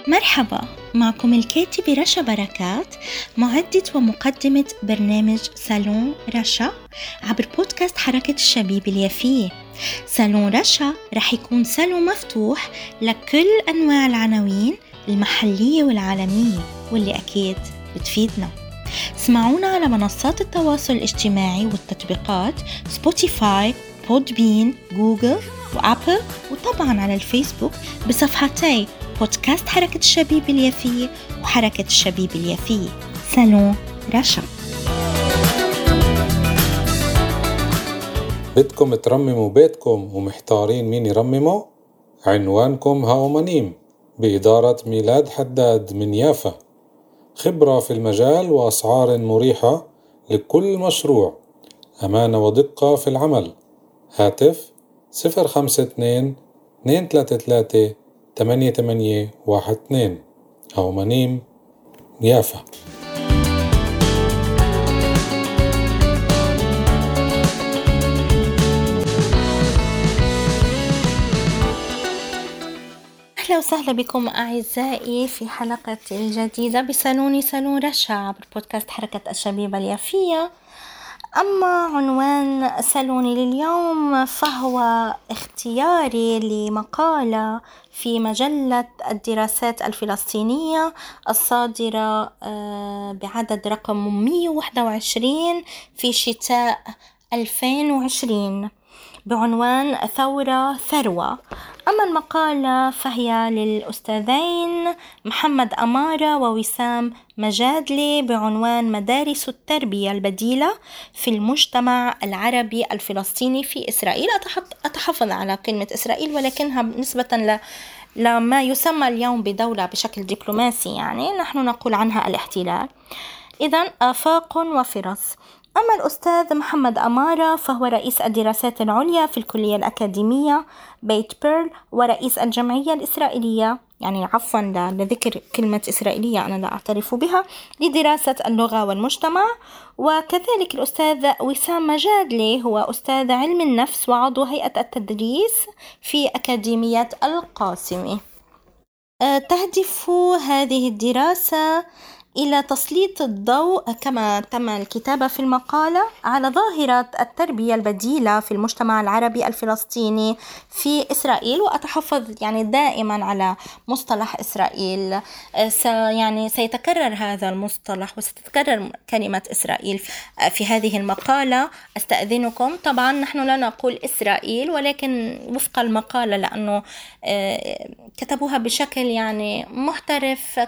مرحبا، معكم الكاتبة رشا بركات، معدة ومقدمة برنامج صالون رشا عبر بودكاست حركة الشبيب اليافية. صالون رشا رح يكون صالون مفتوح لكل أنواع العناوين المحلية والعالمية واللي أكيد بتفيدنا. اسمعونا على منصات التواصل الاجتماعي والتطبيقات سبوتيفاي، بودبين، جوجل وأبل، وطبعا على الفيسبوك بصفحتي بودكاست حركة الشبيب اليافية وحركة الشبيب اليافية. صالون رشا. بدكم ترمموا بيتكم ومحتارين مين يرممه؟ عنوانكم هاومانيم بإدارة ميلاد حداد من يافا. خبرة في المجال وأسعار مريحة لكل مشروع، أمانة ودقة في العمل. هاتف 052-233-8812. هاومانيم يافا. أهلا وسهلا بكم أعزائي في حلقة الجديدة صالون رشا عبر بودكاست حركة الشبيب اليافية. أما عنوان صالوني لليوم فهو اختياري لمقالة في مجلة الدراسات الفلسطينية الصادرة بعدد رقم 121 في شتاء 2020 بعنوان ثورة ثروة. أما المقالة فهي للأستاذين محمد أمارة ووسام مجادلي بعنوان مدارس التربية البديلة في المجتمع العربي الفلسطيني في إسرائيل. أتحفظ على كلمة إسرائيل ولكنها نسبة لما يسمى اليوم بدولة بشكل دبلوماسي، يعني نحن نقول عنها الاحتلال. إذن آفاق وفرص. أما الأستاذ محمد أمارة فهو رئيس الدراسات العليا في الكلية الأكاديمية بيت بيرل ورئيس الجمعية الإسرائيلية، يعني عفوا لذكر كلمة إسرائيلية أنا لا أعترف بها، لدراسة اللغة والمجتمع. وكذلك الأستاذ وسام مجادلي هو أستاذ علم النفس وعضو هيئة التدريس في أكاديمية القاسمي. تهدف هذه الدراسة إلى تسليط الضوء كما تم الكتابة في المقالة على ظاهرة التربية البديلة في المجتمع العربي الفلسطيني في إسرائيل. وأتحفظ يعني دائما على مصطلح إسرائيل، يعني سيتكرر هذا المصطلح وستتكرر كلمة إسرائيل في هذه المقالة. أستأذنكم، طبعا نحن لا نقول إسرائيل ولكن وفق المقالة، لأنه كتبوها بشكل يعني محترف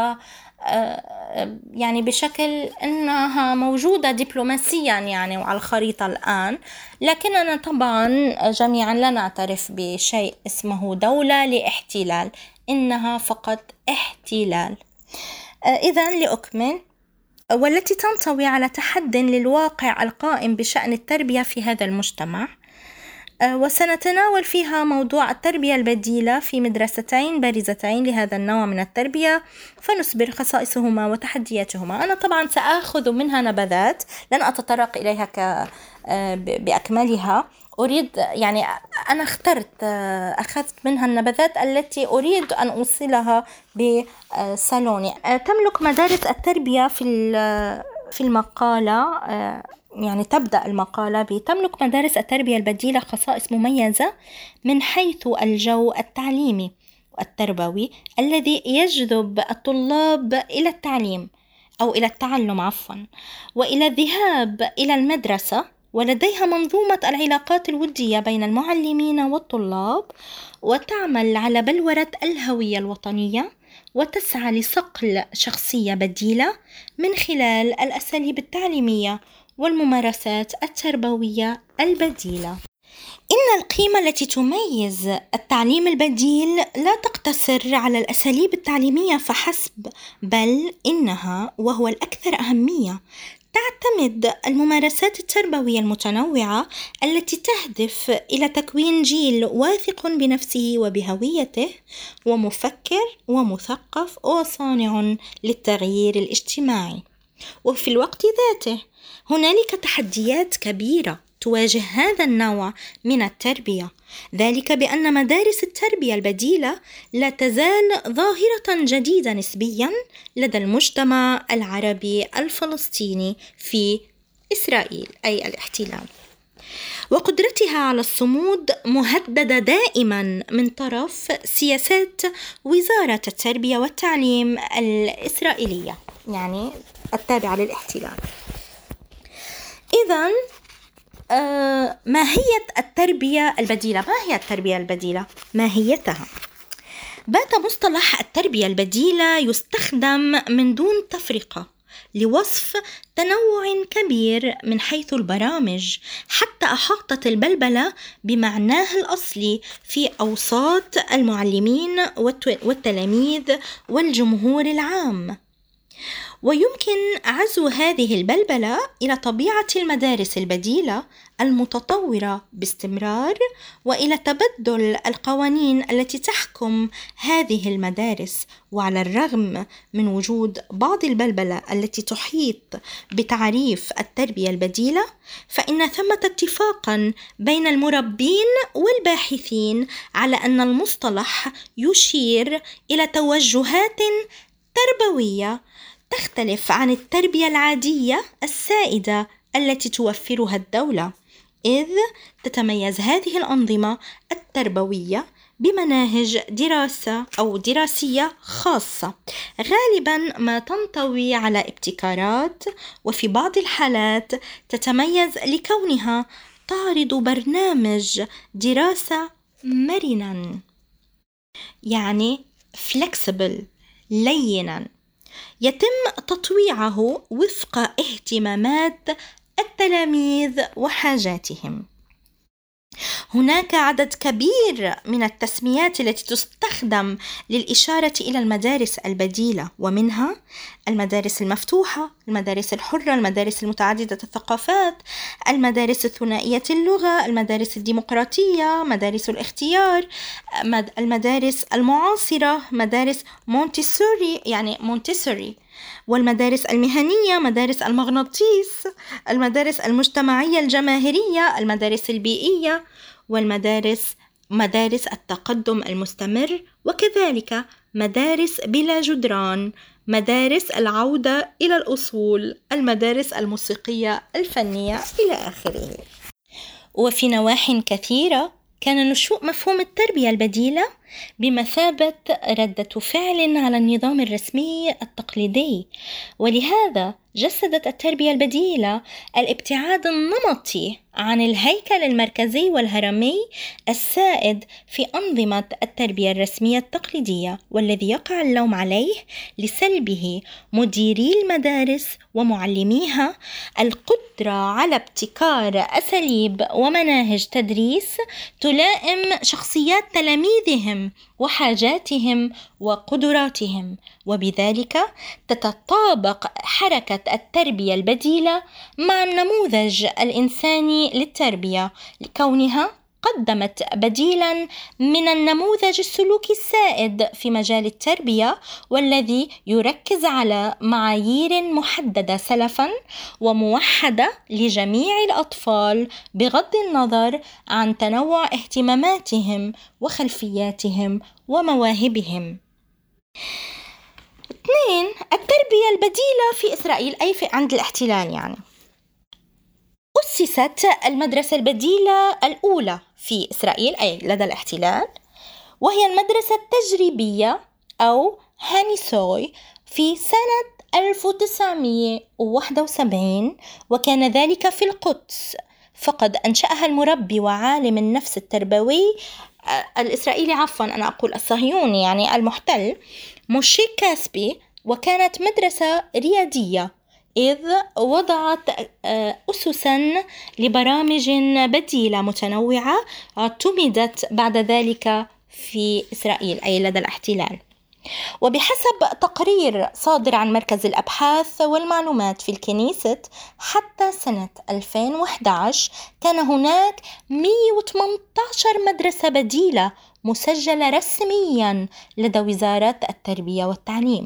يعني بشكل أنها موجودة دبلوماسيا يعني وعلى الخريطة الآن، لكننا طبعا جميعا لا نعترف بشيء اسمه دولة لاحتلال، إنها فقط احتلال. إذن لأكمل، والتي تنطوي على تحد للواقع القائم بشأن التربية في هذا المجتمع. وسنتناول فيها موضوع التربية البديلة في مدرستين بارزتين لهذا النوع من التربية، فنسبر خصائصهما وتحدياتهما. أنا طبعا سأخذ منها نبذات، لن أتطرق إليها بأكملها. أريد يعني أنا أخذت منها النبذات التي أريد أن أوصلها بصالوني. تملك مدارس التربية في المقالة، يعني تبدأ المقالة تملك مدارس التربية البديلة خصائص مميزة من حيث الجو التعليمي والتربوي الذي يجذب الطلاب إلى التعليم أو إلى التعلم وإلى الذهاب إلى المدرسة، ولديها منظومة العلاقات الودية بين المعلمين والطلاب، وتعمل على بلورة الهوية الوطنية، وتسعى لصقل شخصية بديلة من خلال الأساليب التعليمية والممارسات التربوية البديلة. إن القيمة التي تميز التعليم البديل لا تقتصر على الأساليب التعليمية فحسب، بل إنها وهو الأكثر أهمية تعتمد الممارسات التربوية المتنوعة التي تهدف إلى تكوين جيل واثق بنفسه وبهويته ومفكر ومثقف وصانع للتغيير الاجتماعي. وفي الوقت ذاته هنالك تحديات كبيرة تواجه هذا النوع من التربية، ذلك بأن مدارس التربية البديلة لا تزال ظاهرة جديدة نسبيا لدى المجتمع العربي الفلسطيني في إسرائيل أي الاحتلال، وقدرتها على الصمود مهددة دائما من طرف سياسات وزارة التربية والتعليم الإسرائيلية، يعني التابعة للاحتلال. إذن ماهية التربية البديلة، ما هي التربية البديلة؟ ماهيتها: بات مصطلح التربية البديلة يستخدم من دون تفرقة لوصف تنوع كبير من حيث البرامج، حتى أحاطت البلبلة بمعناه الأصلي في أوساط المعلمين والتلاميذ والجمهور العام. ويمكن عزو هذه البلبلة إلى طبيعة المدارس البديلة المتطورة باستمرار، وإلى تبدل القوانين التي تحكم هذه المدارس. وعلى الرغم من وجود بعض البلبلة التي تحيط بتعريف التربية البديلة، فإن ثمة اتفاقا بين المربين والباحثين على أن المصطلح يشير إلى توجهات تربوية تختلف عن التربية العادية السائدة التي توفرها الدولة، إذ تتميز هذه الأنظمة التربوية بمناهج دراسة أو دراسية خاصة، غالبا ما تنطوي على ابتكارات، وفي بعض الحالات تتميز لكونها تعرض برنامج دراسة مرنا، يعني flexible، لينا، يتم تطويعه وفق اهتمامات التلاميذ وحاجاتهم. هناك عدد كبير من التسميات التي تستخدم للإشارة إلى المدارس البديلة، ومنها المدارس المفتوحة، المدارس الحرة، المدارس المتعددة الثقافات، المدارس الثنائية اللغة، المدارس الديمقراطية، مدارس الاختيار، المدارس المعاصرة، مدارس مونتيسوري يعني مونتيسوري، والمدارس المهنية، مدارس المغناطيس، المدارس المجتمعية الجماهيرية، المدارس البيئية، مدارس التقدم المستمر، وكذلك مدارس بلا جدران، مدارس العودة إلى الأصول، المدارس الموسيقية الفنية إلى آخره. وفي نواحٍ كثيرة كان نشوء مفهوم التربية البديلة بمثابة ردة فعل على النظام الرسمي التقليدي، ولهذا جسدت التربية البديلة الابتعاد النمطي عن الهيكل المركزي والهرمي السائد في أنظمة التربية الرسمية التقليدية، والذي يقع اللوم عليه لسلبه مديري المدارس ومعلميها القدرة على ابتكار أساليب ومناهج تدريس تلائم شخصيات تلاميذهم وحاجاتهم وقدراتهم، وبذلك تتطابق حركة التربية البديلة مع النموذج الإنساني للتربية، لكونها قدمت بديلا من النموذج السلوكي السائد في مجال التربية، والذي يركز على معايير محددة سلفا وموحدة لجميع الأطفال بغض النظر عن تنوع اهتماماتهم وخلفياتهم ومواهبهم. 2. التربية البديلة في إسرائيل أي عند الاحتلال. يعني أسست المدرسة البديلة الأولى في إسرائيل أي لدى الاحتلال، وهي المدرسة التجريبية أو هانيسوي في سنة 1971، وكان ذلك في القدس، فقد أنشأها المربي وعالم النفس التربوي الإسرائيلي، أنا أقول الصهيوني يعني المحتل، موشي كاسبي، وكانت مدرسة ريادية، إذ وضعت أسسا لبرامج بديلة متنوعة اعتمدت بعد ذلك في إسرائيل أي لدى الاحتلال. وبحسب تقرير صادر عن مركز الأبحاث والمعلومات في الكنيسة، حتى سنة 2011 كان هناك 118 مدرسة بديلة مسجلة رسميا لدى وزارة التربية والتعليم.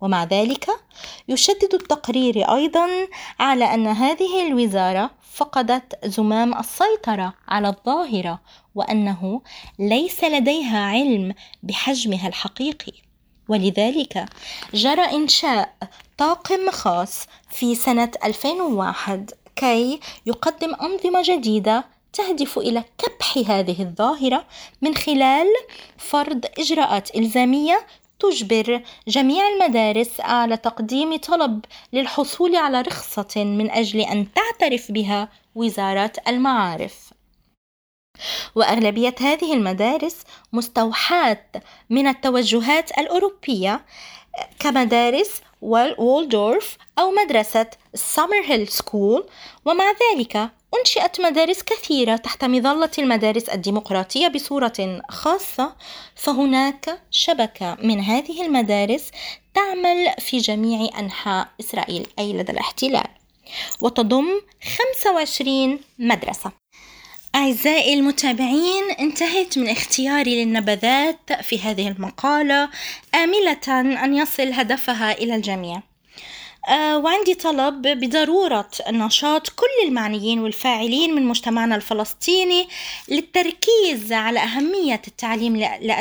ومع ذلك يشدد التقرير أيضا على أن هذه الوزارة فقدت زمام السيطرة على الظاهرة، وأنه ليس لديها علم بحجمها الحقيقي. ولذلك جرى إنشاء طاقم خاص في سنة 2001 كي يقدم أنظمة جديدة تهدف إلى كبح هذه الظاهرة من خلال فرض إجراءات إلزامية تجبر جميع المدارس على تقديم طلب للحصول على رخصة من أجل أن تعترف بها وزارة المعارف. وأغلبية هذه المدارس مستوحاة من التوجهات الأوروبية كمدارس والدورف أو مدرسة سامرهيل سكول. ومع ذلك أنشئت مدارس كثيرة تحت مظلة المدارس الديمقراطية بصورة خاصة، فهناك شبكة من هذه المدارس تعمل في جميع أنحاء إسرائيل أي لدى الاحتلال، وتضم 25 مدرسة. أعزائي المتابعين، انتهيت من اختياري للنبذات في هذه المقالة آملة أن يصل هدفها إلى الجميع. وعندي طلب بضرورة نشاط كل المعنيين والفاعلين من مجتمعنا الفلسطيني للتركيز على أهمية التعليم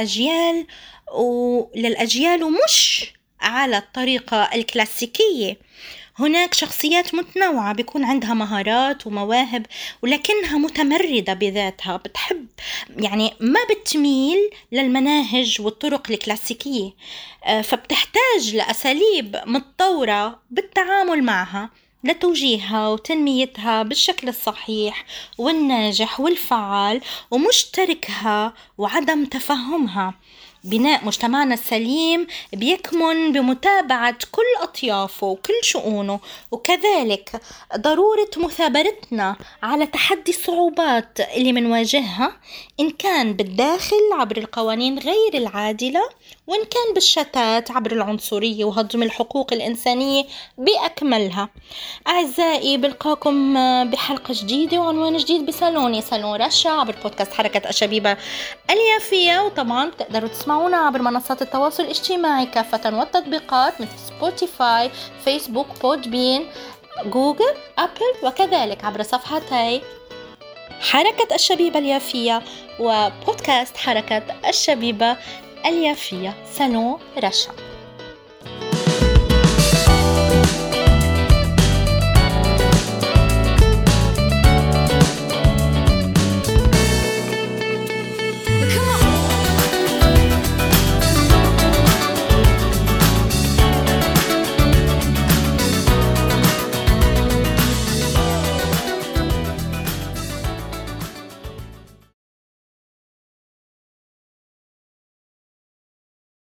للأجيال ومش على الطريقة الكلاسيكية. هناك شخصيات متنوعة بيكون عندها مهارات ومواهب ولكنها متمردة بذاتها، بتحب يعني ما بتميل للمناهج والطرق الكلاسيكية، فبتحتاج لأساليب متطورة بالتعامل معها لتوجيهها وتنميتها بالشكل الصحيح والناجح والفعال، ومش تركها وعدم تفهمها. بناء مجتمعنا السليم بيكمن بمتابعة كل أطيافه وكل شؤونه، وكذلك ضرورة مثابرتنا على تحدي الصعوبات اللي منواجهها، إن كان بالداخل عبر القوانين غير العادلة، وإن كان بالشتات عبر العنصرية وهضم الحقوق الإنسانية بأكملها. أعزائي، بلقاكم بحلقة جديدة وعنوان جديد بصالون رشا عبر بودكاست حركة الشبيبة اليافية. وطبعا بتقدروا تسمعونا عبر منصات التواصل الاجتماعي كافة والتطبيقات مثل سبوتيفاي، فيسبوك، بودبين، جوجل، أبل، وكذلك عبر صفحتي حركة الشبيبة اليافية وبودكاست حركة الشبيبة اليافية. سالون رشا.